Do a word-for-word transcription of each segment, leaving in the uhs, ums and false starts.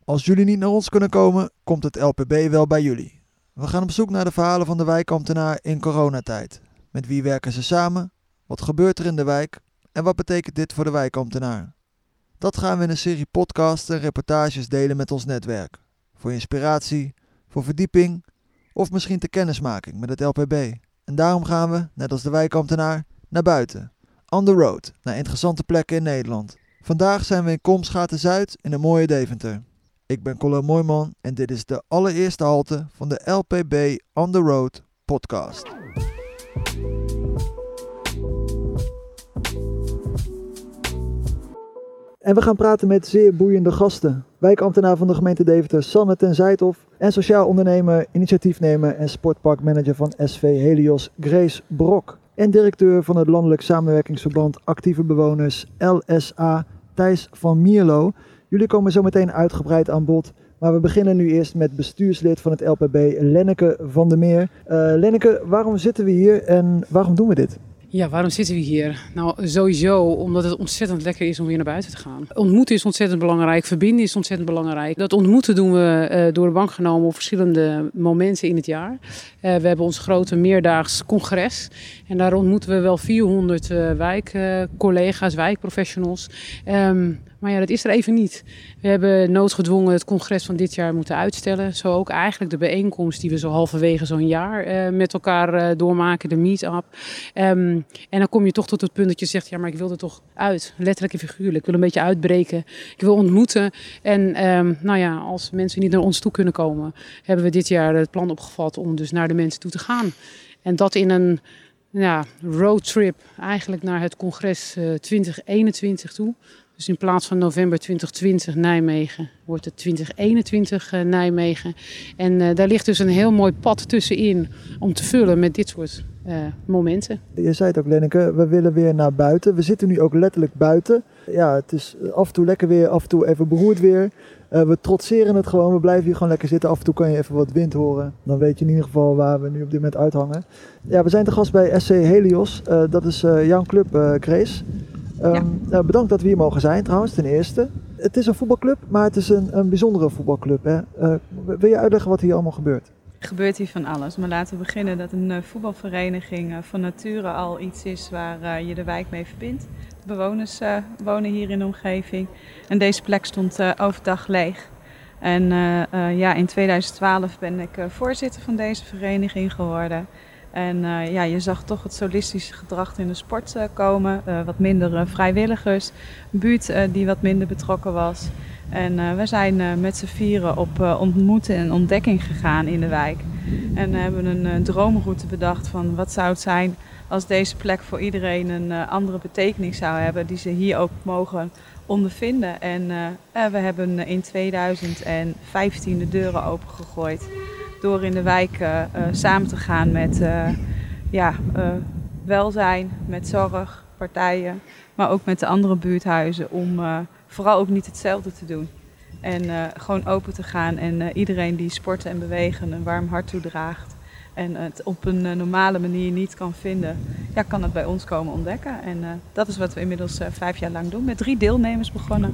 Als jullie niet naar ons kunnen komen, komt het L P B wel bij jullie. We gaan op zoek naar de verhalen van de wijkambtenaar in coronatijd. Met wie werken ze samen? Wat gebeurt er in de wijk? En wat betekent dit voor de wijkambtenaar? Dat gaan we in een serie podcasts en reportages delen met ons netwerk. Voor inspiratie, voor verdieping of misschien ter kennismaking met het L P B. En daarom gaan we, net als de wijkambtenaar, naar buiten. On the road, naar interessante plekken in Nederland. Vandaag zijn we in Komschaten-Zuid in een mooie Deventer. Ik ben Colin Mooijman en dit is de allereerste halte van de L P B On the Road podcast. En we gaan praten met zeer boeiende gasten. Wijkambtenaar van de gemeente Deventer Sanne ten Zijthof en sociaal ondernemer, initiatiefnemer en sportparkmanager van S V Helios Grace Brok. En directeur van het Landelijk Samenwerkingsverband Actieve Bewoners L S A Thijs van Mierlo. Jullie komen zo meteen uitgebreid aan bod. Maar we beginnen nu eerst met bestuurslid van het L P B Lenneke van der Meer. Uh, Lenneke, waarom zitten we hier en waarom doen we dit? Ja, waarom zitten we hier? Nou, sowieso omdat het ontzettend lekker is om weer naar buiten te gaan. Ontmoeten is ontzettend belangrijk, verbinden is ontzettend belangrijk. Dat ontmoeten doen we uh, door de bank genomen op verschillende momenten in het jaar. Uh, we hebben ons grote meerdaags congres en daar ontmoeten we wel vierhonderd uh, wijkcollega's, uh, wijkprofessionals. Um, Maar ja, dat is er even niet. We hebben noodgedwongen het congres van dit jaar moeten uitstellen. Zo ook eigenlijk de bijeenkomst die we zo halverwege zo'n jaar uh, met elkaar uh, doormaken, de meet-up. Um, en dan kom je toch tot het punt dat je zegt, ja, maar ik wil er toch uit. Letterlijk en figuurlijk. Ik wil een beetje uitbreken. Ik wil ontmoeten. En um, nou ja, als mensen niet naar ons toe kunnen komen, hebben we dit jaar het plan opgevat om dus naar de mensen toe te gaan. En dat in een ja, roadtrip eigenlijk naar het congres uh, twintig eenentwintig toe. Dus in plaats van november twintig twintig Nijmegen wordt het twintig eenentwintig uh, Nijmegen. En uh, daar ligt dus een heel mooi pad tussenin om te vullen met dit soort uh, momenten. Je zei het ook, Lenneke, we willen weer naar buiten. We zitten nu ook letterlijk buiten. Ja, het is af en toe lekker weer, af en toe even beroerd weer. Uh, we trotseren het gewoon, we blijven hier gewoon lekker zitten. Af en toe kan je even wat wind horen. Dan weet je in ieder geval waar we nu op dit moment uithangen. Ja, we zijn te gast bij S C Helios. Uh, dat is uh, jouw club, uh, Grace. Um, ja. uh, bedankt dat we hier mogen zijn trouwens, ten eerste. Het is een voetbalclub, maar het is een, een bijzondere voetbalclub. Hè? Uh, wil je uitleggen wat hier allemaal gebeurt? Er gebeurt hier van alles, maar laten we beginnen dat een uh, voetbalvereniging uh, van nature al iets is waar uh, je de wijk mee verbindt. De bewoners uh, wonen hier in de omgeving en deze plek stond uh, overdag leeg. En uh, uh, ja, in tweeduizend twaalf ben ik uh, voorzitter van deze vereniging geworden. En uh, ja, je zag toch het solistische gedrag in de sport uh, komen. Uh, wat minder uh, vrijwilligers, een buurt uh, die wat minder betrokken was. En uh, we zijn uh, met z'n vieren op uh, ontmoeten en ontdekking gegaan in de wijk. En uh, hebben een uh, droomroute bedacht van wat zou het zijn als deze plek voor iedereen een uh, andere betekenis zou hebben. Die ze hier ook mogen ondervinden. En uh, uh, we hebben in tweeduizend vijftien de deuren opengegooid. Door in de wijk uh, uh, samen te gaan met uh, ja, uh, welzijn, met zorg, partijen, maar ook met de andere buurthuizen om uh, vooral ook niet hetzelfde te doen. En uh, gewoon open te gaan en uh, iedereen die sporten en bewegen een warm hart toedraagt en het op een uh, normale manier niet kan vinden, ja, kan het bij ons komen ontdekken. En uh, dat is wat we inmiddels uh, vijf jaar lang doen. Met drie deelnemers begonnen,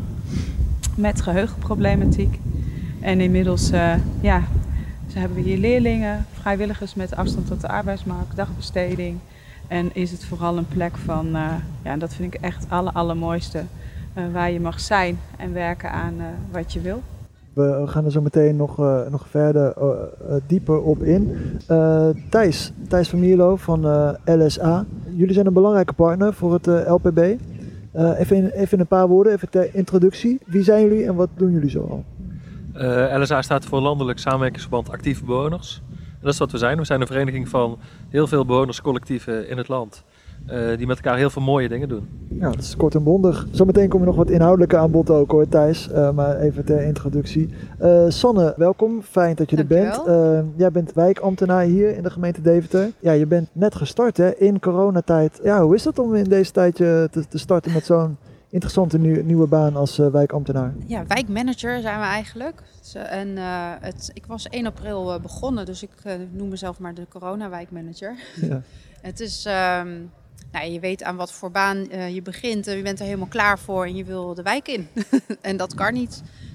met geheugenproblematiek. En inmiddels, uh, ja... Dus hebben we hier leerlingen, vrijwilligers met afstand tot de arbeidsmarkt, dagbesteding. En is het vooral een plek van, uh, ja, dat vind ik echt het aller, allermooiste, uh, waar je mag zijn en werken aan uh, wat je wil. We gaan er zo meteen nog, uh, nog verder uh, uh, dieper op in. Uh, Thijs, Thijs van Mierlo van uh, L S A. Jullie zijn een belangrijke partner voor het uh, L P B. Uh, even, in, even in een paar woorden, even ter introductie. Wie zijn jullie en wat doen jullie zo al? Uh, L S A staat voor Landelijk Samenwerkingsverband Actieve Bewoners. En dat is wat we zijn. We zijn een vereniging van heel veel bewonerscollectieven in het land. Uh, die met elkaar heel veel mooie dingen doen. Ja, dat is kort en bondig. Zometeen komen nog wat inhoudelijke aan bod ook hoor, Thijs. Uh, maar even ter introductie. Uh, Sanne, welkom. Fijn dat je Dankjewel. er bent. Uh, jij bent wijkambtenaar hier in de gemeente Deventer. Ja, je bent net gestart hè, in coronatijd. Ja, hoe is het om in deze tijd te, te starten met zo'n interessante nieuw, nieuwe baan als uh, wijkambtenaar? Ja, wijkmanager zijn we eigenlijk. Dus, uh, en uh, het, ik was één april uh, begonnen, dus ik uh, noem mezelf maar de corona-wijkmanager. Ja. Het is, um, nou, je weet aan wat voor baan uh, je begint. Uh, je bent er helemaal klaar voor en je wil de wijk in. En dat kan niet.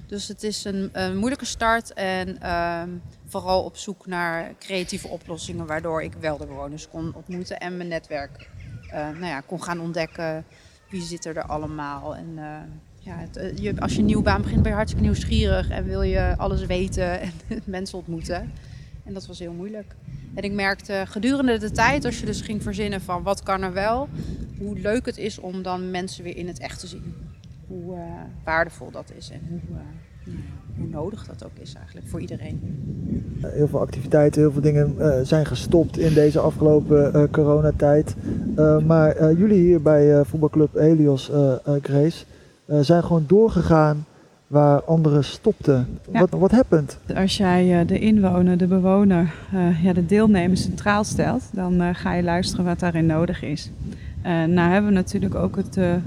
Dus het is een, een moeilijke start en uh, vooral op zoek naar creatieve oplossingen, waardoor ik wel de bewoners kon ontmoeten en mijn netwerk uh, nou ja, kon gaan ontdekken. Wie zit er allemaal? En, uh, ja, het, uh, je, als je een nieuwe baan begint ben je hartstikke nieuwsgierig en wil je alles weten en mensen ontmoeten. En dat was heel moeilijk. En ik merkte gedurende de tijd, als je dus ging verzinnen van wat kan er wel, hoe leuk het is om dan mensen weer in het echt te zien. Hoe uh, waardevol dat is en hoe, uh, nou, hoe nodig dat ook is eigenlijk voor iedereen. Heel veel activiteiten, heel veel dingen uh, zijn gestopt in deze afgelopen uh, coronatijd. Uh, maar uh, jullie hier bij uh, voetbalclub Helios, uh, uh, Grace, uh, zijn gewoon doorgegaan waar anderen stopten. Ja. Wat, wat happened? Als jij uh, de inwoner, de bewoner, uh, ja, de deelnemer centraal stelt, dan uh, ga je luisteren wat daarin nodig is. Uh, nou hebben we natuurlijk ook het uh,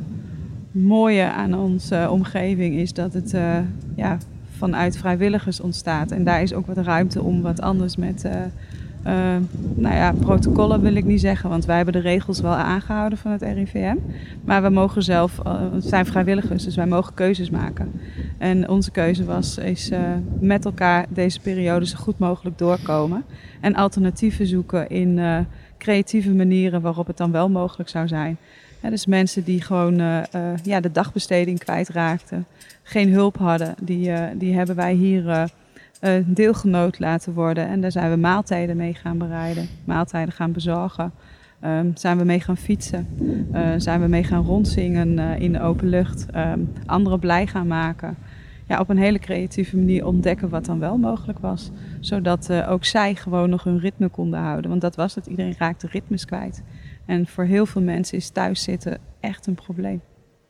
mooie aan onze uh, omgeving is dat het uh, ja, vanuit vrijwilligers ontstaat. En daar is ook wat ruimte om wat anders met uh, uh, nou ja, protocollen wil ik niet zeggen, want wij hebben de regels wel aangehouden van het R I V M. Maar we mogen zelf, uh, het zijn vrijwilligers, dus wij mogen keuzes maken. En onze keuze was is, uh, met elkaar deze periode zo goed mogelijk doorkomen. En alternatieven zoeken in uh, creatieve manieren waarop het dan wel mogelijk zou zijn. Ja, dus mensen die gewoon uh, uh, ja, de dagbesteding kwijtraakten, geen hulp hadden, die, uh, die hebben wij hier uh, uh, deelgenoot laten worden. En daar zijn we maaltijden mee gaan bereiden, maaltijden gaan bezorgen. Um, zijn we mee gaan fietsen, uh, zijn we mee gaan rondzingen uh, in de open lucht, um, anderen blij gaan maken. Ja, op een hele creatieve manier ontdekken wat dan wel mogelijk was. Zodat uh, ook zij gewoon nog hun ritme konden houden. Want dat was het, iedereen raakte ritmes kwijt. En voor heel veel mensen is thuiszitten echt een probleem.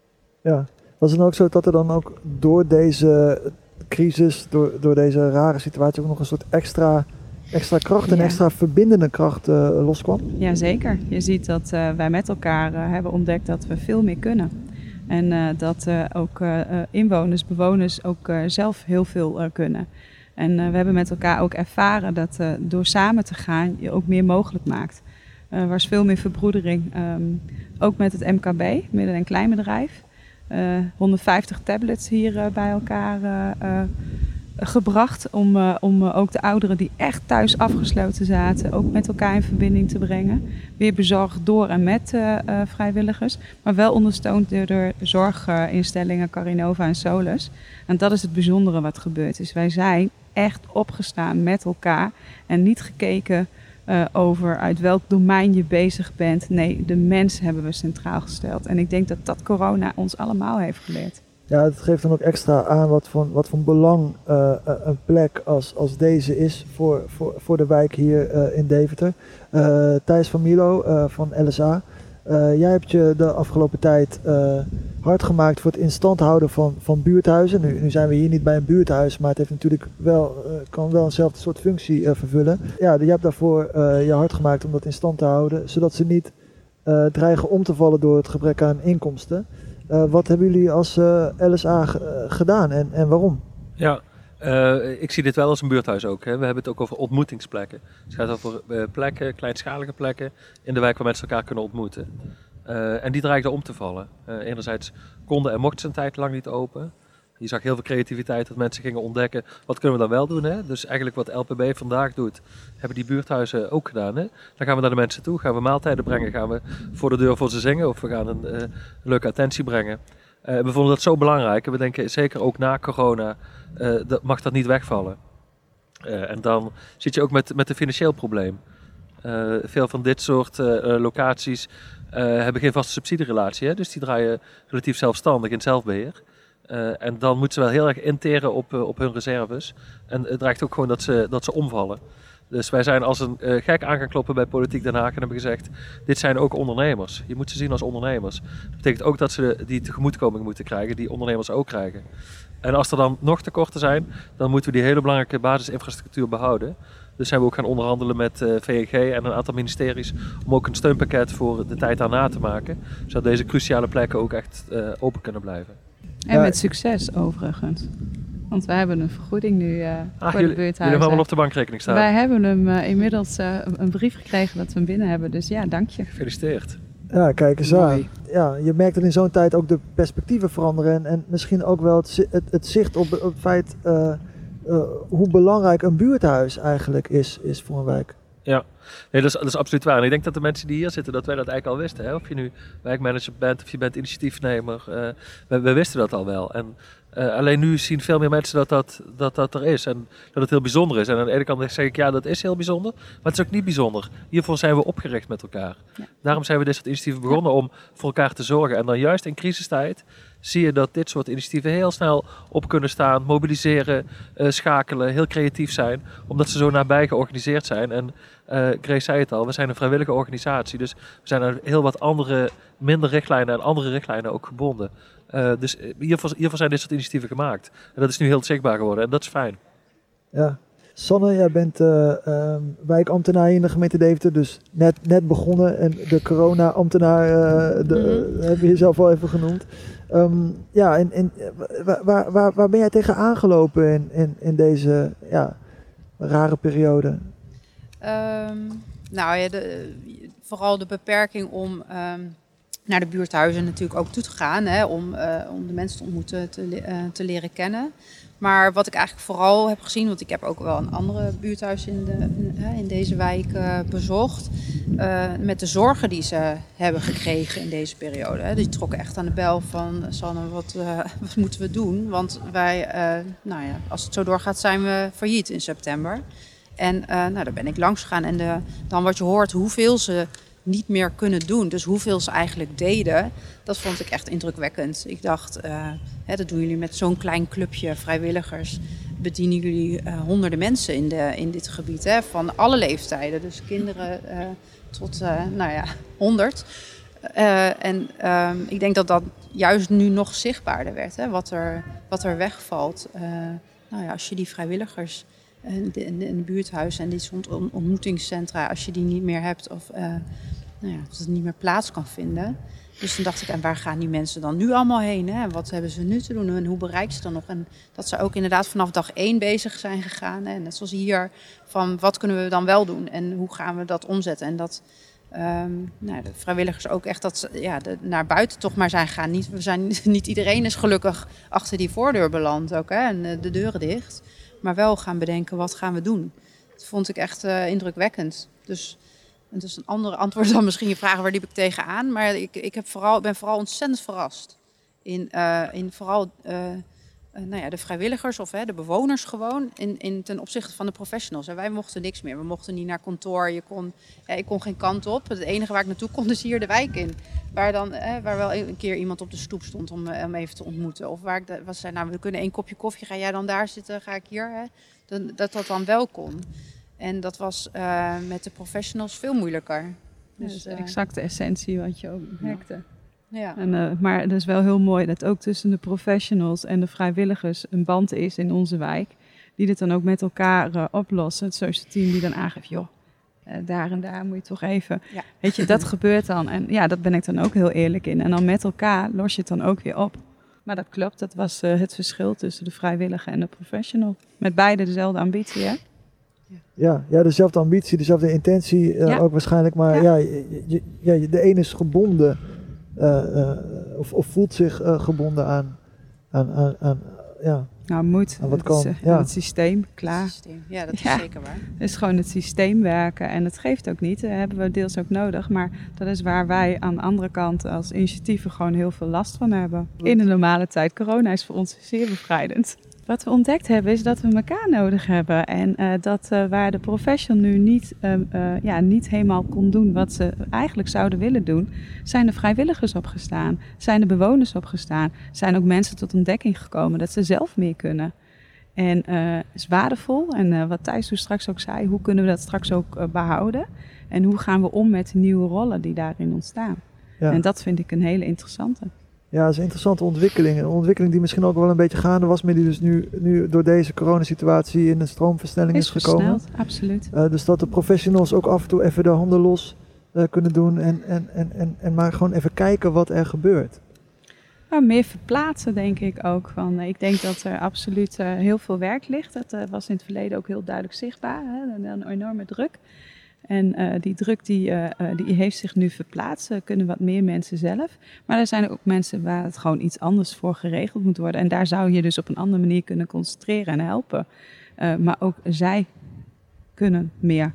Ja, was het dan ook zo dat er dan ook door deze crisis, door, door deze rare situatie ook nog een soort extra, extra kracht en Ja. extra verbindende kracht uh, loskwam? Jazeker, je ziet dat uh, wij met elkaar uh, hebben ontdekt dat we veel meer kunnen. En uh, dat uh, ook uh, inwoners, bewoners ook uh, zelf heel veel uh, kunnen. En uh, we hebben met elkaar ook ervaren dat uh, door samen te gaan je ook meer mogelijk maakt. Uh, er was veel meer verbroedering, um, ook met het M K B, midden- en kleinbedrijf. Uh, honderdvijftig tablets hier uh, bij elkaar uh, uh, gebracht om, uh, om uh, ook de ouderen die echt thuis afgesloten zaten, ook met elkaar in verbinding te brengen. Weer bezorgd door en met uh, uh, vrijwilligers, maar wel ondersteund door de zorginstellingen Carinova en Solus. En dat is het bijzondere wat gebeurd is. Wij zijn echt opgestaan met elkaar en niet gekeken uh, over uit welk domein je bezig bent. Nee, de mens hebben we centraal gesteld. En ik denk dat dat corona ons allemaal heeft geleerd. Ja, het geeft dan ook extra aan wat voor, wat voor belang uh, een plek als, als deze is voor, voor, voor de wijk hier uh, in Deventer. Uh, Thijs van Milo uh, van L S A, uh, jij hebt je de afgelopen tijd uh, hard gemaakt voor het in stand houden van, van buurthuizen. Nu, nu zijn we hier niet bij een buurthuis, maar het heeft natuurlijk wel, uh, kan wel eenzelfde soort functie uh, vervullen. Ja, je hebt daarvoor uh, je hard gemaakt om dat in stand te houden, zodat ze niet uh, dreigen om te vallen door het gebrek aan inkomsten. Uh, wat hebben jullie als uh, L S A g- uh, gedaan en, en waarom? Ja, uh, ik zie dit wel als een buurthuis ook. Hè. We hebben het ook over ontmoetingsplekken. Het gaat over uh, plekken, kleinschalige plekken in de wijk waar mensen elkaar kunnen ontmoeten. Uh, en die dreigden om te vallen. Uh, enerzijds konden en mochten ze een tijd lang niet open. Je zag heel veel creativiteit dat mensen gingen ontdekken, wat kunnen we dan wel doen. Hè? Dus eigenlijk wat L P B vandaag doet, hebben die buurthuizen ook gedaan. Hè? Dan gaan we naar de mensen toe, gaan we maaltijden brengen, gaan we voor de deur voor ze zingen of we gaan een uh, leuke attentie brengen. Uh, we vonden dat zo belangrijk en we denken zeker ook na corona uh, dat mag dat niet wegvallen. Uh, en dan zit je ook met, met een financieel probleem. Uh, veel van dit soort uh, locaties uh, hebben geen vaste subsidierelatie, hè? Dus die draaien relatief zelfstandig in zelfbeheer. Uh, en dan moeten ze wel heel erg interen op, uh, op hun reserves. En het dreigt ook gewoon dat ze, dat ze omvallen. Dus wij zijn als een uh, gek aan gaan kloppen bij Politiek Den Haag en hebben gezegd, dit zijn ook ondernemers. Je moet ze zien als ondernemers. Dat betekent ook dat ze die tegemoetkoming moeten krijgen, die ondernemers ook krijgen. En als er dan nog tekorten zijn, dan moeten we die hele belangrijke basisinfrastructuur behouden. Dus zijn we ook gaan onderhandelen met uh, V N G en een aantal ministeries om ook een steunpakket voor de tijd daarna te maken. Zodat deze cruciale plekken ook echt uh, open kunnen blijven. En Ja. met succes overigens. Want wij hebben een vergoeding nu uh, Ah, voor de jullie, jullie buurthuizen. hebben allemaal op de bankrekening staan. Wij hebben hem uh, inmiddels uh, een brief gekregen dat we hem binnen hebben. Dus ja, dank je. Gefeliciteerd. Ja, kijk eens aan. Mooi. Ja, je merkt dat in zo'n tijd ook de perspectieven veranderen. En, en misschien ook wel het, zi- het, het zicht op, op het feit uh, uh, hoe belangrijk een buurthuis eigenlijk is, is voor een wijk. Ja, nee, dat, is, dat is absoluut waar. En ik denk dat de mensen die hier zitten, dat wij dat eigenlijk al wisten. Hè? Of je nu wijkmanager bent of je bent initiatiefnemer. Uh, we, we wisten dat al wel. En uh, alleen nu zien veel meer mensen dat dat, dat dat er is. En dat het heel bijzonder is. En aan de ene kant zeg ik, ja, dat is heel bijzonder. Maar het is ook niet bijzonder. Hiervoor zijn we opgericht met elkaar. Ja. Daarom zijn we dit soort initiatieven begonnen, om voor elkaar te zorgen. En dan juist in crisistijd zie je dat dit soort initiatieven heel snel op kunnen staan, mobiliseren, uh, schakelen, heel creatief zijn, omdat ze zo nabij georganiseerd zijn. En uh, Grace zei het al, we zijn een vrijwillige organisatie, dus we zijn aan heel wat andere, minder richtlijnen en andere richtlijnen ook gebonden. Uh, dus hiervoor, hiervoor zijn dit soort initiatieven gemaakt. En dat is nu heel zichtbaar geworden en dat is fijn. Ja. Sanne, jij bent uh, um, wijkambtenaar in de gemeente Deventer, dus net, net begonnen. En de corona-ambtenaar uh, de, mm-hmm. heb je jezelf al even genoemd. Um, ja, en, en waar, waar, waar, waar ben jij tegen aangelopen in, in, in deze ja, rare periode? Um, nou ja, de, vooral de beperking om um, naar de buurthuizen natuurlijk ook toe te gaan. Hè, om, uh, om de mensen te ontmoeten, te, uh, te leren kennen. Maar wat ik eigenlijk vooral heb gezien, want ik heb ook wel een andere buurthuis in, de, in, in deze wijk uh, bezocht. Uh, met de zorgen die ze hebben gekregen in deze periode. Hè. Die trokken echt aan de bel van, Sanne, wat, uh, wat moeten we doen? Want wij, uh, nou ja, als het zo doorgaat, zijn we failliet in september. En uh, nou, daar ben ik langs gegaan. En de, dan wat je hoort, hoeveel ze niet meer kunnen doen. Dus hoeveel ze eigenlijk deden, dat vond ik echt indrukwekkend. Ik dacht, uh, hè, dat doen jullie met zo'n klein clubje vrijwilligers. Bedienen jullie uh, honderden mensen in, de, in dit gebied, hè, van alle leeftijden. Dus kinderen uh, tot, uh, nou ja, honderd. Uh, en uh, ik denk dat dat juist nu nog zichtbaarder werd, hè, wat er, wat er wegvalt. Uh, nou ja, als je die vrijwilligers in de, in de buurthuis en dit soort ontmoetingscentra, als je die niet meer hebt of uh, nou ja, dat het niet meer plaats kan vinden. Dus toen dacht ik, en waar gaan die mensen dan nu allemaal heen? Hè? En wat hebben ze nu te doen en hoe bereiken ze dan nog? En dat ze ook inderdaad vanaf dag één bezig zijn gegaan. Hè? Net zoals hier, van wat kunnen we dan wel doen en hoe gaan we dat omzetten? En dat um, nou, de vrijwilligers ook echt dat ze, ja, de, naar buiten toch maar zijn gegaan. Niet, we zijn, niet iedereen is gelukkig achter die voordeur beland ook, hè? En uh, de deuren dicht. Maar wel gaan bedenken, wat gaan we doen? Dat vond ik echt uh, indrukwekkend. Dus het is een ander antwoord dan misschien je vragen, waar liep ik tegenaan. Maar ik, ik heb vooral, ben vooral ontzettend verrast. In, uh, in vooral uh, uh, nou ja, de vrijwilligers of hè, de bewoners gewoon. In, in ten opzichte van de professionals. En wij mochten niks meer. We mochten niet naar kantoor. Je kon, ja, ik kon geen kant op. Het enige waar ik naartoe kon is hier de wijk in. Waar, dan, eh, waar wel een keer iemand op de stoep stond om, om even te ontmoeten. Of waar ik de, was zei, nou, we kunnen één kopje koffie. Ga jij dan daar zitten? Ga ik hier? Hè? Dat, dat dat dan wel kon. En dat was uh, met de professionals veel moeilijker. Dus, dus uh, exact de essentie wat je ook merkte. Ja. En, uh, maar het is wel heel mooi dat ook tussen de professionals en de vrijwilligers een band is in onze wijk. Die dit dan ook met elkaar uh, oplossen. Het social team die dan aangeeft, joh, uh, daar en daar moet je toch even. Ja. Weet je, dat gebeurt dan. En ja, dat ben ik dan ook heel eerlijk in. En dan met elkaar los je het dan ook weer op. Maar dat klopt, dat was uh, het verschil tussen de vrijwilliger en de professional. Met beide dezelfde ambitie, hè? Ja, ja, dezelfde ambitie, dezelfde intentie uh, ja. ook waarschijnlijk. Maar ja, ja, je, je, ja de ene is gebonden uh, uh, of, of voelt zich uh, gebonden aan, aan, aan, aan ja. Nou, moet. Aan wat het, kan. Uh, ja. het systeem, klaar. Het systeem. Ja, dat is ja. zeker waar. Het is gewoon het systeem werken en het geeft ook niet. Dat hebben we deels ook nodig. Maar dat is waar wij aan de andere kant als initiatieven gewoon heel veel last van hebben. In de normale tijd, corona is voor ons zeer bevrijdend. Wat we ontdekt hebben is dat we elkaar nodig hebben. En uh, dat uh, waar de professional nu niet, uh, uh, ja, niet helemaal kon doen wat ze eigenlijk zouden willen doen, zijn de vrijwilligers opgestaan. Zijn de bewoners opgestaan. Zijn ook mensen tot ontdekking gekomen dat ze zelf meer kunnen. En uh, is waardevol. En uh, wat Thijs toen straks ook zei, hoe kunnen we dat straks ook uh, behouden? En hoe gaan we om met de nieuwe rollen die daarin ontstaan? Ja. En dat vind ik een hele interessante. Ja, dat is een interessante ontwikkeling. Een ontwikkeling die misschien ook wel een beetje gaande was, maar die dus nu, nu door deze coronasituatie in een stroomversnelling is, is gekomen. Versneld, absoluut. Uh, dus dat de professionals ook af en toe even de handen los uh, kunnen doen en, en, en, en, en maar gewoon even kijken wat er gebeurt. Nou, meer verplaatsen denk ik ook. Van, ik denk dat er absoluut uh, heel veel werk ligt. Dat uh, was in het verleden ook heel duidelijk zichtbaar. Hè? Een enorme druk. En uh, die druk die, uh, uh, die heeft zich nu verplaatst. Er kunnen wat meer mensen zelf. Maar er zijn ook mensen waar het gewoon iets anders voor geregeld moet worden. En daar zou je dus op een andere manier kunnen concentreren en helpen. Uh, maar ook zij kunnen meer.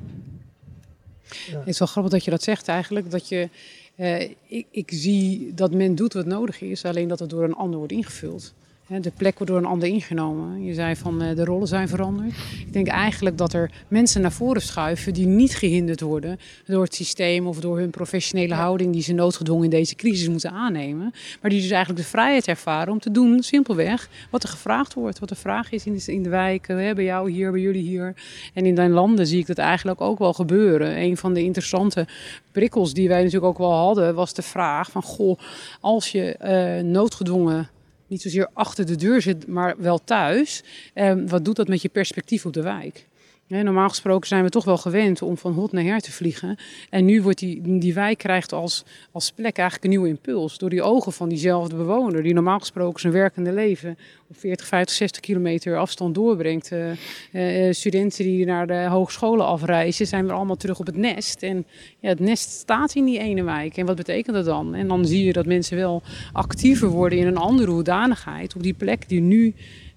Ja. Het is wel grappig dat je dat zegt eigenlijk. Dat je, uh, ik, ik zie dat men doet wat nodig is. Alleen dat het door een ander wordt ingevuld. De plek wordt door een ander ingenomen. Je zei van de rollen zijn veranderd. Ik denk eigenlijk dat er mensen naar voren schuiven die niet gehinderd worden door het systeem of door hun professionele houding die ze noodgedwongen in deze crisis moeten aannemen. Maar die dus eigenlijk de vrijheid ervaren om te doen simpelweg wat er gevraagd wordt. Wat de vraag is in de, in de wijken, hè, bij jou hier, bij jullie hier. En in de landen zie ik dat eigenlijk ook wel gebeuren. Een van de interessante prikkels die wij natuurlijk ook wel hadden was de vraag van goh, als je uh, noodgedwongen niet zozeer achter de deur zit, maar wel thuis. Eh, wat doet dat met je perspectief op de wijk? Ja, normaal gesproken zijn we toch wel gewend om van hot naar her te vliegen. En nu wordt die, die wijk krijgt als, als plek eigenlijk een nieuwe impuls. Door die ogen van diezelfde bewoner. Die normaal gesproken zijn werkende leven op veertig, vijftig, zestig kilometer afstand doorbrengt. Uh, uh, studenten die naar de hogescholen afreizen zijn weer allemaal terug op het nest. En ja, het nest staat in die ene wijk. En wat betekent dat dan? En dan zie je dat mensen wel actiever worden in een andere hoedanigheid. Op die plek die nu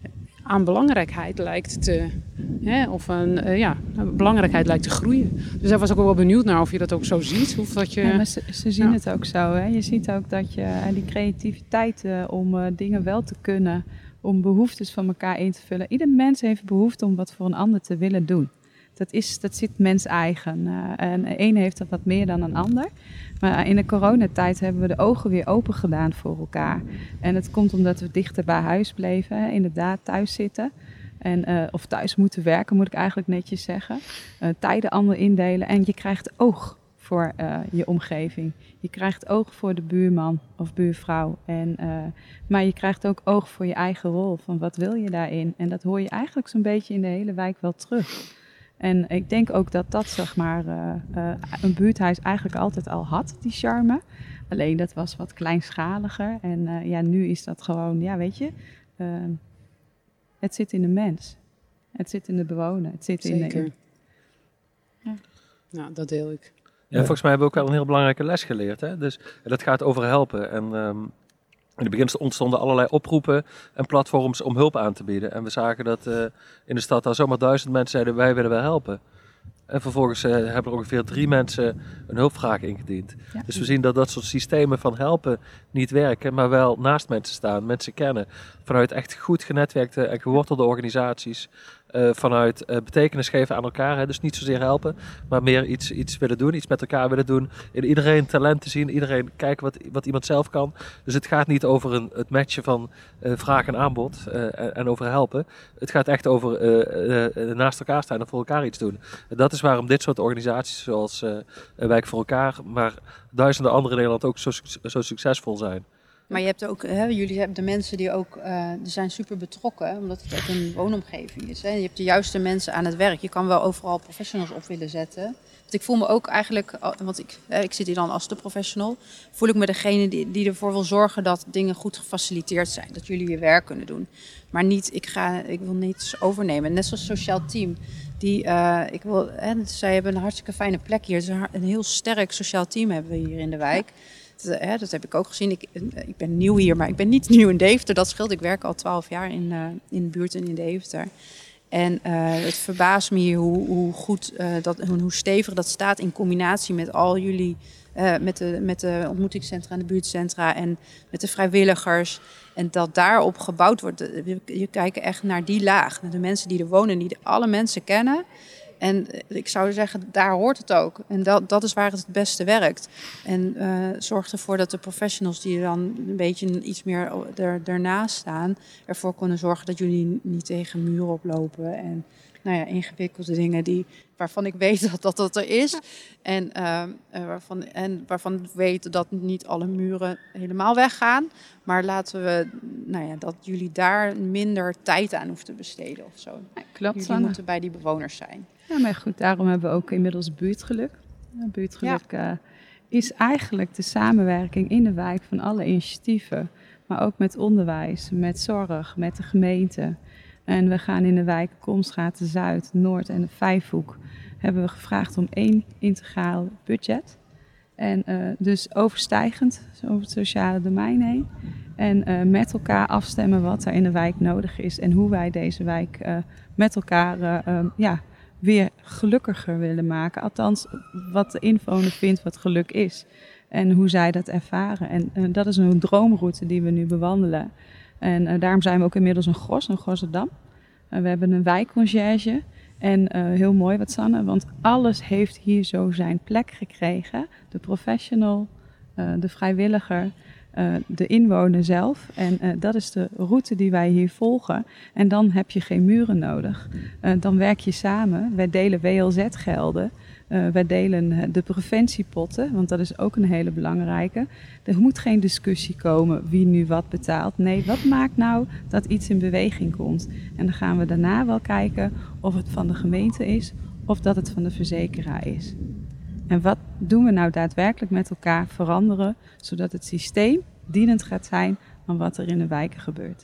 aan belangrijkheid lijkt te, hè, of een, uh, ja, belangrijkheid lijkt te groeien. Dus daar was ik ook wel benieuwd naar of je dat ook zo ziet. Of dat je, ja, maar ze, ze zien ja. het ook zo. Hè? Je ziet ook dat je uh, die creativiteit uh, om uh, dingen wel te kunnen, om behoeftes van elkaar in te vullen. Ieder mens heeft behoefte om wat voor een ander te willen doen. Dat, is, dat zit mens eigen. Uh, en de ene heeft dat wat meer dan een ander. Maar in de coronatijd hebben we de ogen weer open gedaan voor elkaar. En het komt omdat we dichter bij huis bleven. Hè? Inderdaad, thuis zitten. En, uh, of thuis moeten werken, moet ik eigenlijk netjes zeggen. Uh, tijden anders indelen. En je krijgt oog voor uh, je omgeving. Je krijgt oog voor de buurman of buurvrouw. En, uh, maar je krijgt ook oog voor je eigen rol. Van wat wil je daarin? En dat hoor je eigenlijk zo'n beetje in de hele wijk wel terug. En ik denk ook dat dat, zeg maar, uh, uh, een buurthuis eigenlijk altijd al had, die charme. Alleen dat was wat kleinschaliger. En uh, ja, nu is dat gewoon, ja, weet je, uh, het zit in de mens. Het zit in de bewoner. Het zit Zeker. in de... Ja. Nou, dat deel ik. Ja, volgens mij hebben we ook wel een heel belangrijke les geleerd. Hè? Dus dat gaat over helpen. En um, in het begin ontstonden allerlei oproepen en platforms om hulp aan te bieden. En we zagen dat uh, in de stad al zomaar duizend mensen zeiden, wij willen wel helpen. En vervolgens uh, hebben er ongeveer drie mensen een hulpvraag ingediend. Ja. Dus we zien dat dat soort systemen van helpen niet werken, maar wel naast mensen staan, mensen kennen. Vanuit echt goed genetwerkte en gewortelde organisaties. Uh, vanuit uh, betekenis geven aan elkaar. Hè? Dus niet zozeer helpen, maar meer iets, iets willen doen, iets met elkaar willen doen. In iedereen talent te zien, iedereen kijken wat, wat iemand zelf kan. Dus het gaat niet over een, het matchen van uh, vraag en aanbod uh, en, en over helpen. Het gaat echt over uh, uh, naast elkaar staan en voor elkaar iets doen. En dat is waarom dit soort organisaties zoals uh, Wijk voor elkaar, maar duizenden andere in Nederland ook zo, zo succesvol zijn. Maar je hebt ook, hè, jullie hebben de mensen die ook, uh, die zijn super betrokken, omdat het ook een woonomgeving is. Hè. Je hebt de juiste mensen aan het werk. Je kan wel overal professionals op willen zetten. Want ik voel me ook eigenlijk, want ik, hè, ik zit hier dan als de professional, voel ik me degene die, die ervoor wil zorgen dat dingen goed gefaciliteerd zijn. Dat jullie je werk kunnen doen. Maar niet, ik, ga, ik wil niets overnemen. Net zoals het sociaal team. Die, uh, ik wil, hè, zij hebben een hartstikke fijne plek hier. Dus een heel sterk sociaal team hebben we hier in de wijk. Dat, hè, dat heb ik ook gezien. Ik, ik ben nieuw hier, maar ik ben niet nieuw in Deventer. Dat scheelt. Ik werk al twaalf jaar in, uh, in de buurt en in Deventer. En uh, het verbaast me hier hoe, hoe goed, uh, dat, hoe stevig dat staat in combinatie met al jullie, uh, met, de, met de ontmoetingscentra en de buurtcentra en met de vrijwilligers. En dat daarop gebouwd wordt. Je, je kijkt echt naar die laag, naar de mensen die er wonen, die alle mensen kennen. En ik zou zeggen, daar hoort het ook. En dat, dat is waar het het beste werkt. En uh, zorg ervoor dat de professionals die er dan een beetje iets meer er, ernaast staan, ervoor kunnen zorgen dat jullie niet tegen muren oplopen. En nou ja, ingewikkelde dingen die, waarvan ik weet dat dat, dat er is. En, uh, waarvan, en waarvan ik weet dat niet alle muren helemaal weggaan. Maar laten we, nou ja, dat jullie daar minder tijd aan hoeven te besteden of zo. Ja, klopt. Jullie Anna. moeten bij die bewoners zijn. Ja, maar goed, daarom hebben we ook inmiddels buurtgeluk. Buurtgeluk ja. uh, is eigenlijk de samenwerking in de wijk van alle initiatieven. Maar ook met onderwijs, met zorg, met de gemeente. En we gaan in de wijk Komstraat, Zuid, Noord en de Vijfhoek hebben we gevraagd om één integraal budget. En uh, dus overstijgend over het sociale domein heen. En uh, met elkaar afstemmen wat er in de wijk nodig is. En hoe wij deze wijk uh, met elkaar uh, um, ja, weer gelukkiger willen maken. Althans, wat de inwoner vindt wat geluk is. En hoe zij dat ervaren. En uh, dat is een droomroute die we nu bewandelen. En uh, daarom zijn we ook inmiddels een Gos, een Gosserdam. Uh, we hebben een wijkconcierge. En uh, heel mooi wat Sanne, want alles heeft hier zo zijn plek gekregen. De professional, uh, de vrijwilliger, uh, de inwoner zelf. En uh, dat is de route die wij hier volgen. En dan heb je geen muren nodig. Uh, dan werk je samen. Wij delen W L Z-gelden. Uh, wij delen de preventiepotten, want dat is ook een hele belangrijke. Er moet geen discussie komen wie nu wat betaalt. Nee, wat maakt nou dat iets in beweging komt? En dan gaan we daarna wel kijken of het van de gemeente is of dat het van de verzekeraar is. En wat doen we nou daadwerkelijk met elkaar veranderen, zodat het systeem dienend gaat zijn aan wat er in de wijken gebeurt.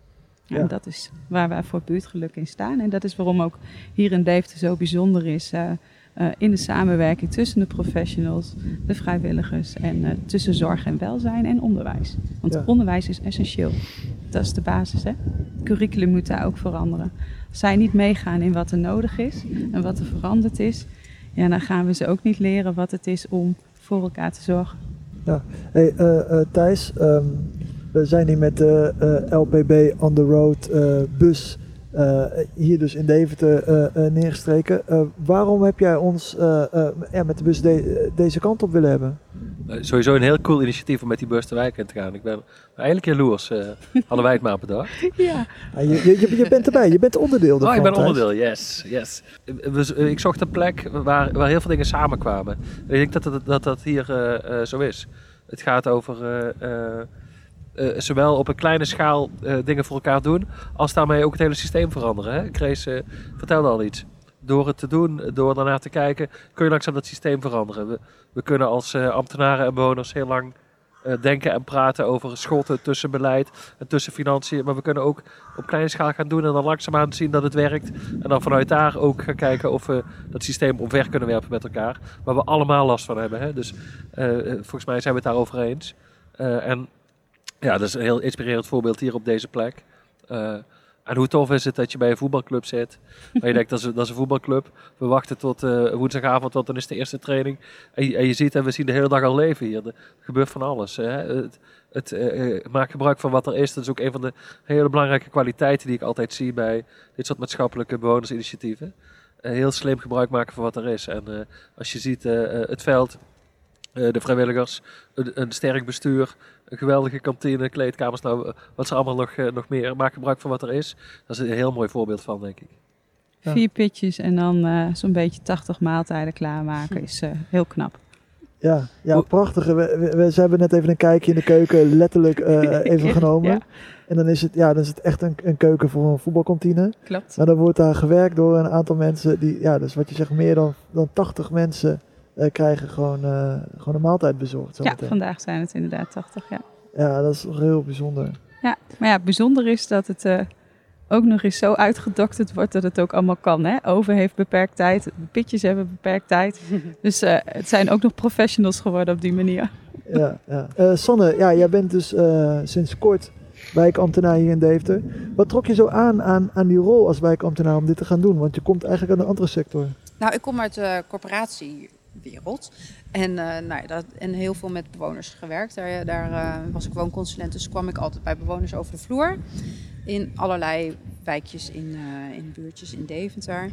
Ja. En dat is waar wij voor buurtgeluk in staan. En dat is waarom ook hier in Deventer zo bijzonder is... Uh, Uh, in de samenwerking tussen de professionals, de vrijwilligers en uh, tussen zorg en welzijn en onderwijs. Want ja. onderwijs is essentieel. Dat is de basis, hè? Het curriculum moet daar ook veranderen. Als zij niet meegaan in wat er nodig is en wat er veranderd is, ja, dan gaan we ze ook niet leren wat het is om voor elkaar te zorgen. Ja, hey, uh, uh, Thijs, um, we zijn hier met de uh, L P B on the road uh, bus. Uh, hier dus in Deventer uh, uh, neergestreken. Uh, waarom heb jij ons uh, uh, ja, met de bus de, deze kant op willen hebben? Uh, sowieso een heel cool initiatief om met die bus de wijk in te gaan. Ik ben eigenlijk jaloers. Uh, hadden wij het maar bedacht. Ja. Ja, je, je, je bent erbij, je bent onderdeel ervan. Oh, ik ben Thijs. onderdeel, yes. yes. We, ik zocht een plek waar, waar heel veel dingen samenkwamen. En ik denk dat dat, dat, dat hier uh, uh, zo is. Het gaat over... Uh, uh, Uh, zowel op een kleine schaal uh, dingen voor elkaar doen, als daarmee ook het hele systeem veranderen. Hè? Grace uh, vertelde al iets. Door het te doen, door daarnaar te kijken, kun je langzaam dat systeem veranderen. We, we kunnen als uh, ambtenaren en bewoners heel lang uh, denken en praten over schotten tussen beleid en tussen financiën. Maar we kunnen ook op kleine schaal gaan doen en dan langzaamaan zien dat het werkt. En dan vanuit daar ook gaan kijken of we dat systeem omver kunnen werpen met elkaar. Waar we allemaal last van hebben. Hè? Dus uh, volgens mij zijn we het daarover eens. Uh, en Ja, dat is een heel inspirerend voorbeeld hier op deze plek. Uh, en hoe tof is het dat je bij een voetbalclub zit. Maar je denkt, dat is, dat is een voetbalclub. We wachten tot uh, woensdagavond, want dan is de eerste training. En je, en je ziet, en we zien de hele dag al leven hier. Er gebeurt van alles. Hè. Het, het uh, maak gebruik van wat er is. Dat is ook een van de hele belangrijke kwaliteiten die ik altijd zie bij dit soort maatschappelijke bewonersinitiatieven. Uh, heel slim gebruik maken van wat er is. En uh, als je ziet uh, het veld... Uh, de vrijwilligers, een, een sterk bestuur, een geweldige kantine, kleedkamers, nou, wat ze allemaal nog, uh, nog meer. Maak gebruik van wat er is. Dat is een heel mooi voorbeeld van, denk ik. Ja. Vier pitjes en dan uh, zo'n beetje tachtig maaltijden klaarmaken is uh, heel knap. Ja, ja prachtig. We, we, we, ze hebben net even een kijkje in de keuken letterlijk uh, even genomen. Ja. En dan is het, ja, dan is het echt een, een keuken voor een voetbalkantine. Klopt. Maar dan wordt daar gewerkt door een aantal mensen die, ja, dus wat je zegt, meer dan, dan tachtig mensen... Uh, krijgen gewoon, uh, gewoon een maaltijd bezorgd. Zo ja, meteen. Vandaag zijn het inderdaad tachtig, ja. Ja, dat is toch heel bijzonder. Ja, maar ja, bijzonder is dat het uh, ook nog eens zo uitgedokterd wordt dat het ook allemaal kan. Hè? Oven heeft beperkt tijd, de pitjes hebben beperkt tijd. Dus uh, het zijn ook nog professionals geworden op die manier. Ja, ja. Uh, Sanne, ja, jij bent dus uh, sinds kort wijkambtenaar hier in Deventer. Wat trok je zo aan, aan aan die rol als wijkambtenaar om dit te gaan doen? Want je komt eigenlijk uit een andere sector. Nou, ik kom uit de corporatie... wereld. En, uh, nou ja, dat, en heel veel met bewoners gewerkt. Daar, daar uh, was ik woonconsulent, dus kwam ik altijd bij bewoners over de vloer. In allerlei wijkjes, in, uh, in buurtjes in Deventer.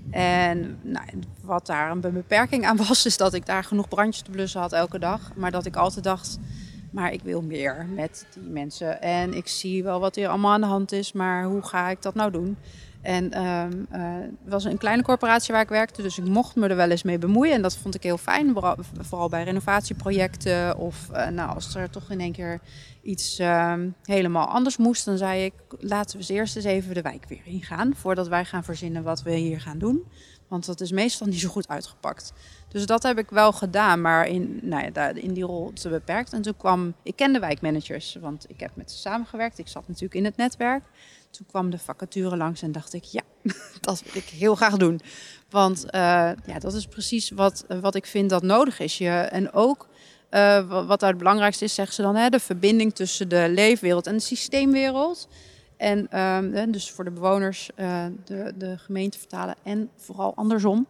En nou, wat daar een beperking aan was, is dat ik daar genoeg brandjes te blussen had elke dag. Maar dat ik altijd dacht, maar ik wil meer met die mensen. En ik zie wel wat hier allemaal aan de hand is, maar hoe ga ik dat nou doen? En um, uh, het was een kleine corporatie waar ik werkte, dus ik mocht me er wel eens mee bemoeien. En dat vond ik heel fijn, vooral bij renovatieprojecten. Of uh, nou, als er toch in één keer iets um, helemaal anders moest, dan zei ik, laten we eens eerst eens even de wijk weer ingaan, voordat wij gaan verzinnen wat we hier gaan doen. Want dat is meestal niet zo goed uitgepakt. Dus dat heb ik wel gedaan, maar in, nou ja, in die rol te beperkt. En toen kwam, ik kende wijkmanagers, want ik heb met ze samengewerkt. Ik zat natuurlijk in het netwerk. Toen kwam de vacature langs en dacht ik, ja, dat wil ik heel graag doen. Want uh, ja, dat is precies wat, wat ik vind dat nodig is. Je, en ook, uh, wat daar het belangrijkste is, zeggen ze dan, hè, de verbinding tussen de leefwereld en de systeemwereld. En um, dus voor de bewoners uh, de, de gemeente vertalen en vooral andersom.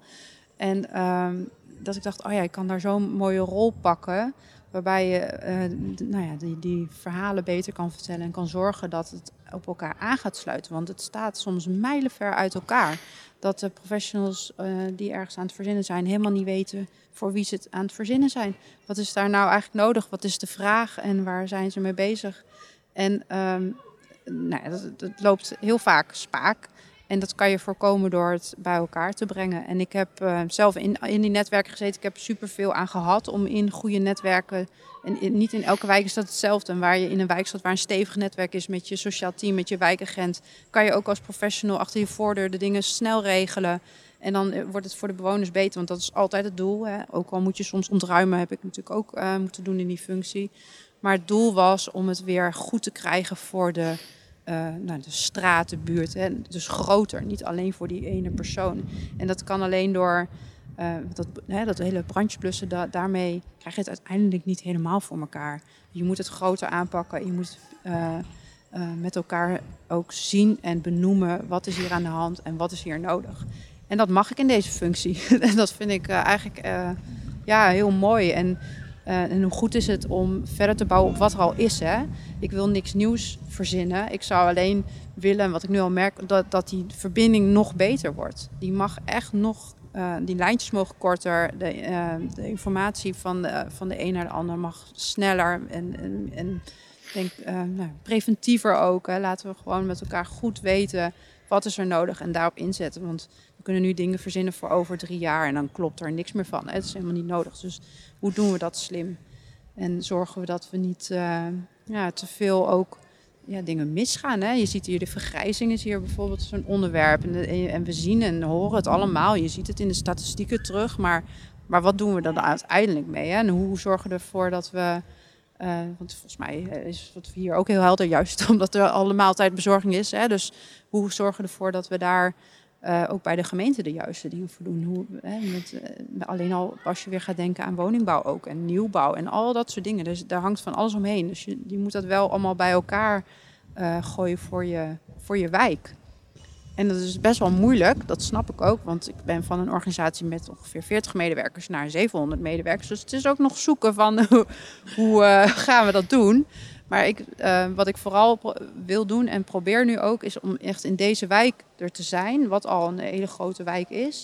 En um, dat ik dacht, oh ja, ik kan daar zo'n mooie rol pakken. Waarbij je uh, d- nou ja, die, die verhalen beter kan vertellen en kan zorgen dat het op elkaar aan gaat sluiten. Want het staat soms mijlenver uit elkaar. Dat de professionals uh, die ergens aan het verzinnen zijn helemaal niet weten voor wie ze het aan het verzinnen zijn. Wat is daar nou eigenlijk nodig? Wat is de vraag en waar zijn ze mee bezig? En um, nou ja, dat, dat loopt heel vaak spaak. En dat kan je voorkomen door het bij elkaar te brengen. En ik heb uh, zelf in, in die netwerken gezeten. Ik heb superveel aan gehad om in goede netwerken... En in, niet in elke wijk is dat hetzelfde. En waar je in een wijk staat waar een stevig netwerk is met je sociaal team, met je wijkagent, kan je ook als professional achter je voordeur de dingen snel regelen. En dan wordt het voor de bewoners beter, want dat is altijd het doel. Hè. Ook al moet je soms ontruimen, heb ik natuurlijk ook uh, moeten doen in die functie. Maar het doel was om het weer goed te krijgen voor de... Uh, nou, de straat, de buurt, hè. Dus groter, niet alleen voor die ene persoon. En dat kan alleen door uh, dat, hè, dat hele brandje blussen, da- daarmee krijg je het uiteindelijk niet helemaal voor elkaar. Je moet het groter aanpakken, je moet uh, uh, met elkaar ook zien en benoemen wat is hier aan de hand en wat is hier nodig. En dat mag ik in deze functie. En dat vind ik uh, eigenlijk uh, ja, heel mooi. En Uh, en hoe goed is het om verder te bouwen op wat er al is. Hè? Ik wil niks nieuws verzinnen. Ik zou alleen willen, wat ik nu al merk, dat, dat die verbinding nog beter wordt. Die mag echt nog, uh, die lijntjes mogen korter. De, uh, de informatie van de, van de een naar de ander mag sneller. En, en, en denk, uh, nou, preventiever ook. Hè? Laten we gewoon met elkaar goed weten wat is er nodig en daarop inzetten. Want we kunnen nu dingen verzinnen voor over drie jaar en dan klopt er niks meer van. Het is helemaal niet nodig. Dus hoe doen we dat slim? En zorgen we dat we niet uh, ja, te veel ook ja, dingen misgaan. Hè? Je ziet hier de vergrijzing is hier bijvoorbeeld zo'n onderwerp. En, de, en we zien en horen het allemaal. Je ziet het in de statistieken terug. Maar, maar wat doen we dan uiteindelijk mee? Hè? En hoe zorgen we ervoor dat we... Uh, want volgens mij is het hier ook heel helder, juist omdat er alle maaltijdbezorging is. Hè? Dus hoe zorgen we ervoor dat we daar uh, ook bij de gemeente de juiste dingen voor doen? Hoe, hè, met, uh, alleen al als je weer gaat denken aan woningbouw ook en nieuwbouw en al dat soort dingen. Dus daar hangt van alles omheen. Dus je, je moet dat wel allemaal bij elkaar uh, gooien voor je, voor je wijk. En dat is best wel moeilijk, dat snap ik ook. Want ik ben van een organisatie met ongeveer veertig medewerkers naar zevenhonderd medewerkers. Dus het is ook nog zoeken van hoe, hoe uh, gaan we dat doen. Maar ik, uh, wat ik vooral pro- wil doen en probeer nu ook, is om echt in deze wijk er te zijn. Wat al een hele grote wijk is.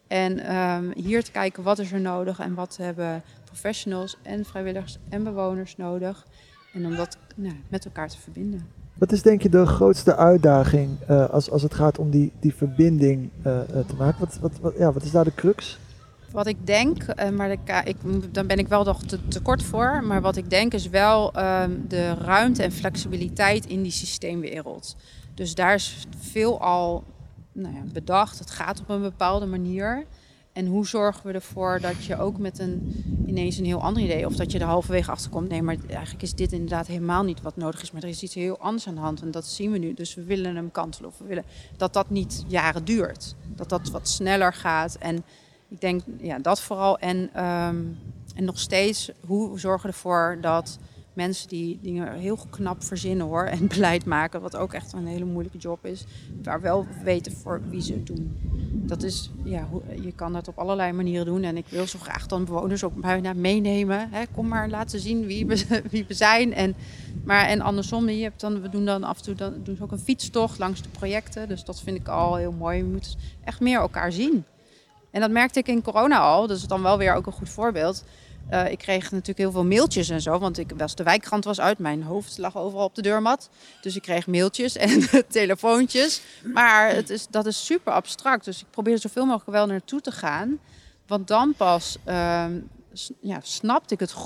En um, hier te kijken wat is er nodig en wat hebben professionals en vrijwilligers en bewoners nodig. En om dat nou, met elkaar te verbinden. Wat is denk je de grootste uitdaging uh, als, als het gaat om die, die verbinding uh, uh, te maken? Wat, wat, wat, ja, wat is daar de crux? Wat ik denk, uh, maar ik, ik, dan ben ik wel nog te, te kort voor. Maar wat ik denk is wel uh, de ruimte en flexibiliteit in die systeemwereld. Dus daar is veel al nou ja, bedacht. Het gaat op een bepaalde manier. En hoe zorgen we ervoor dat je ook met een ineens een heel ander idee... of dat je er halverwege achter komt... nee, maar eigenlijk is dit inderdaad helemaal niet wat nodig is... maar er is iets heel anders aan de hand en dat zien we nu. Dus we willen hem kantelen of we willen dat dat niet jaren duurt. Dat dat wat sneller gaat. En ik denk ja, dat vooral. En, um, en nog steeds, hoe zorgen we ervoor dat mensen die dingen heel knap verzinnen hoor... en beleid maken, wat ook echt een hele moeilijke job is... waar wel weten voor wie ze het doen. Dat is, ja, je kan dat op allerlei manieren doen. En ik wil zo graag dan bewoners ook bijna meenemen. Hè, kom maar laten zien wie we, wie we zijn. En, maar, en andersom, je hebt dan, we doen dan af en toe dan, doen ze ook een fietstocht langs de projecten. Dus dat vind ik al heel mooi. We moeten echt meer elkaar zien. En dat merkte ik in corona al. Dat is dan wel weer ook een goed voorbeeld. Uh, ik kreeg natuurlijk heel veel mailtjes en zo, want ik was, de wijkkrant was uit. Mijn hoofd lag overal op de deurmat. Dus ik kreeg mailtjes en telefoontjes. Maar het is, dat is super abstract. Dus ik probeer zoveel mogelijk wel naartoe te gaan. Want dan pas uh, ja, snapte ik het goed.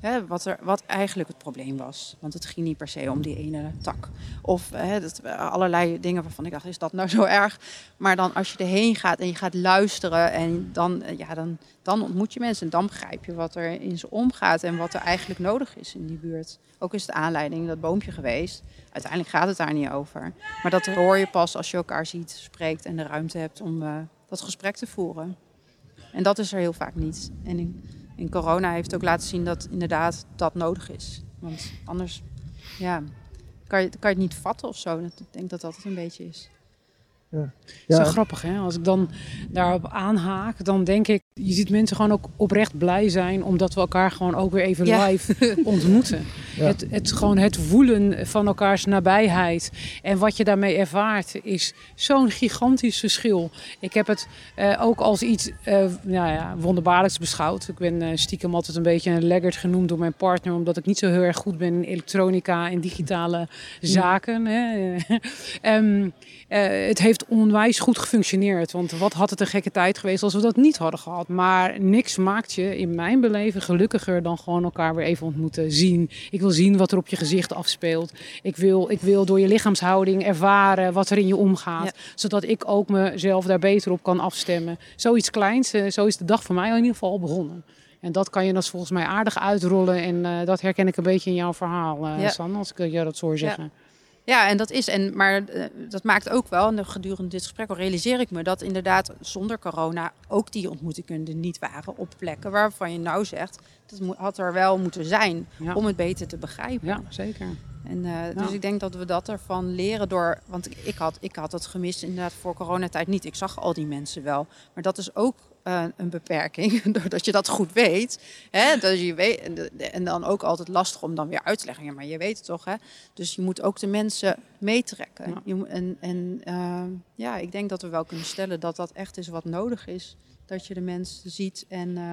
Hè, wat, er, wat eigenlijk het probleem was. Want het ging niet per se om die ene tak. Of hè, dat, allerlei dingen waarvan ik dacht, is dat nou zo erg? Maar dan als je erheen gaat en je gaat luisteren... en dan, ja, dan, dan ontmoet je mensen en dan begrijp je wat er in ze omgaat... en wat er eigenlijk nodig is in die buurt. Ook is de aanleiding dat boompje geweest. Uiteindelijk gaat het daar niet over. Maar dat hoor je pas als je elkaar ziet, spreekt... en de ruimte hebt om uh, dat gesprek te voeren. En dat is er heel vaak niet. En in, in corona heeft ook laten zien dat inderdaad dat nodig is. Want anders ja, kan, je, kan je het niet vatten of zo. Ik denk dat dat het een beetje is. Ja. Ja. Het is zo grappig, hè? Als ik dan daarop aanhaak, dan denk ik... je ziet mensen gewoon ook oprecht blij zijn... omdat we elkaar gewoon ook weer even ja. live ontmoeten. Ja. Het, het, gewoon het voelen van elkaars nabijheid. En wat je daarmee ervaart is zo'n gigantisch verschil. Ik heb het uh, ook als iets uh, nou ja, wonderbaarlijks beschouwd. Ik ben uh, stiekem altijd een beetje een laggard genoemd door mijn partner... omdat ik niet zo heel erg goed ben in elektronica en digitale zaken. Hè. um, uh, het heeft onwijs goed gefunctioneerd. Want wat had het een gekke tijd geweest als we dat niet hadden gehad. Maar niks maakt je in mijn beleven gelukkiger dan gewoon elkaar weer even ontmoeten, zien. Ik wil zien wat er op je gezicht afspeelt. Ik wil, ik wil door je lichaamshouding ervaren wat er in je omgaat. Ja. Zodat ik ook mezelf daar beter op kan afstemmen. Zoiets kleins, zo is de dag voor mij in ieder geval begonnen. En dat kan je dan volgens mij aardig uitrollen. En uh, dat herken ik een beetje in jouw verhaal, uh, ja. San, als ik jou dat zo hoor zeggen. Ja. Ja, en dat is, en, maar uh, dat maakt ook wel, en gedurende dit gesprek al realiseer ik me dat inderdaad zonder corona ook die ontmoetingen er niet waren op plekken waarvan je nou zegt, dat mo- had er wel moeten zijn ja. om het beter te begrijpen. Ja, zeker. En, uh, ja. Dus ik denk dat we dat ervan leren door, want ik had, ik had het gemist inderdaad voor coronatijd niet. Ik zag al die mensen wel, maar dat is ook Uh, een beperking, doordat je dat goed weet. Hè? Dat je weet en, en dan ook altijd lastig om dan weer uit te leggen. Ja, maar je weet het toch, hè? Dus je moet ook de mensen meetrekken. Ja. Je, en en uh, ja, ik denk dat we wel kunnen stellen dat dat echt is wat nodig is. Dat je de mensen ziet en, uh,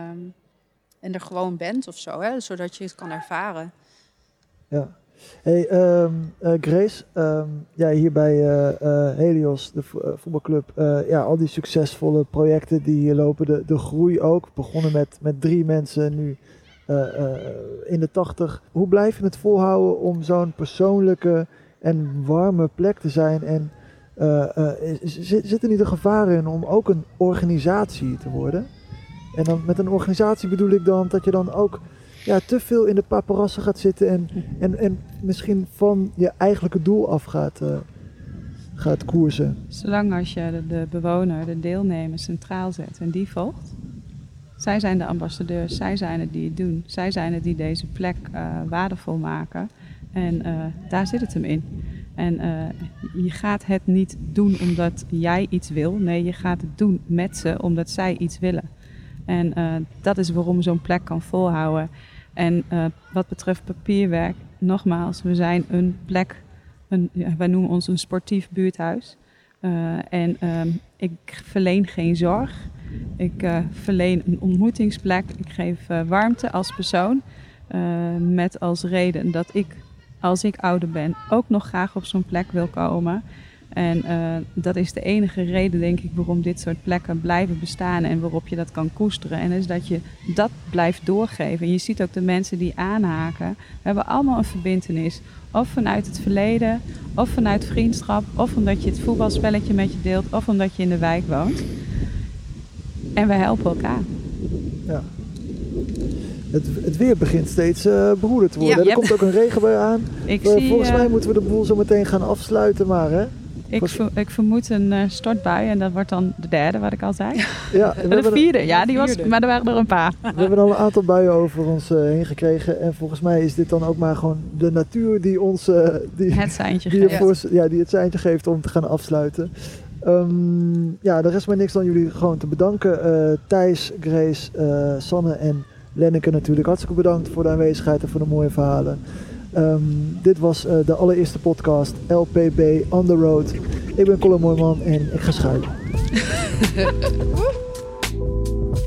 en er gewoon bent of zo, hè? Zodat je het kan ervaren. Ja. Hey, um, uh, Grace, um, ja, hier bij uh, uh, Helios, de vo- uh, voetbalclub, uh, ja, al die succesvolle projecten die hier lopen, de, de groei ook, begonnen met, met drie mensen, nu uh, uh, in de tachtig. Hoe blijf je het volhouden om zo'n persoonlijke en warme plek te zijn? En uh, uh, zit, zit er niet een gevaar in om ook een organisatie te worden? En dan met een organisatie bedoel ik dan dat je dan ook ja, te veel in de paparazzen gaat zitten en, en, en misschien van je eigenlijke doel af gaat, uh, gaat koersen. Zolang als je de, de bewoner, de deelnemer centraal zet en die volgt. Zij zijn de ambassadeurs, zij zijn het die het doen. Zij zijn het die deze plek uh, waardevol maken. En uh, daar zit het hem in. En uh, je gaat het niet doen omdat jij iets wil. Nee, je gaat het doen met ze omdat zij iets willen. En uh, dat is waarom zo'n plek kan volhouden. En uh, wat betreft papierwerk, nogmaals, we zijn een plek, een, ja, wij noemen ons een sportief buurthuis. Uh, en uh, ik verleen geen zorg. Ik uh, verleen een ontmoetingsplek. Ik geef uh, warmte als persoon. Uh, met als reden dat ik, als ik ouder ben, ook nog graag op zo'n plek wil komen. En uh, dat is de enige reden, denk ik, waarom dit soort plekken blijven bestaan en waarop je dat kan koesteren. En is dat je dat blijft doorgeven. En je ziet ook de mensen die aanhaken. We hebben allemaal een verbintenis. Of vanuit het verleden, of vanuit vriendschap, of omdat je het voetbalspelletje met je deelt, of omdat je in de wijk woont. En we helpen elkaar. Ja. Het, het weer begint steeds uh, beroerder te worden. Ja, er yep. komt ook een regenbui aan. Ik uh, zie, volgens uh, mij moeten we de boel zo meteen gaan afsluiten, maar hè? Ik, ver, ik vermoed een uh, stortbui en dat wordt dan de derde, wat ik al zei. Ja, de vierde, ja, die was, maar er waren er een paar. We hebben al een aantal buien over ons uh, heen gekregen. En volgens mij is dit dan ook maar gewoon de natuur die ons... Uh, die, het seintje die geeft. Voor, ja, die het seintje geeft om te gaan afsluiten. Um, ja, er rest mij niks dan jullie gewoon te bedanken. Uh, Thijs, Grace, uh, Sanne en Lenneke natuurlijk. Hartstikke bedankt voor de aanwezigheid en voor de mooie verhalen. Um, dit was uh, de allereerste podcast L P B On The Road. Ik ben Colin Mooijman en ik ga schuilen.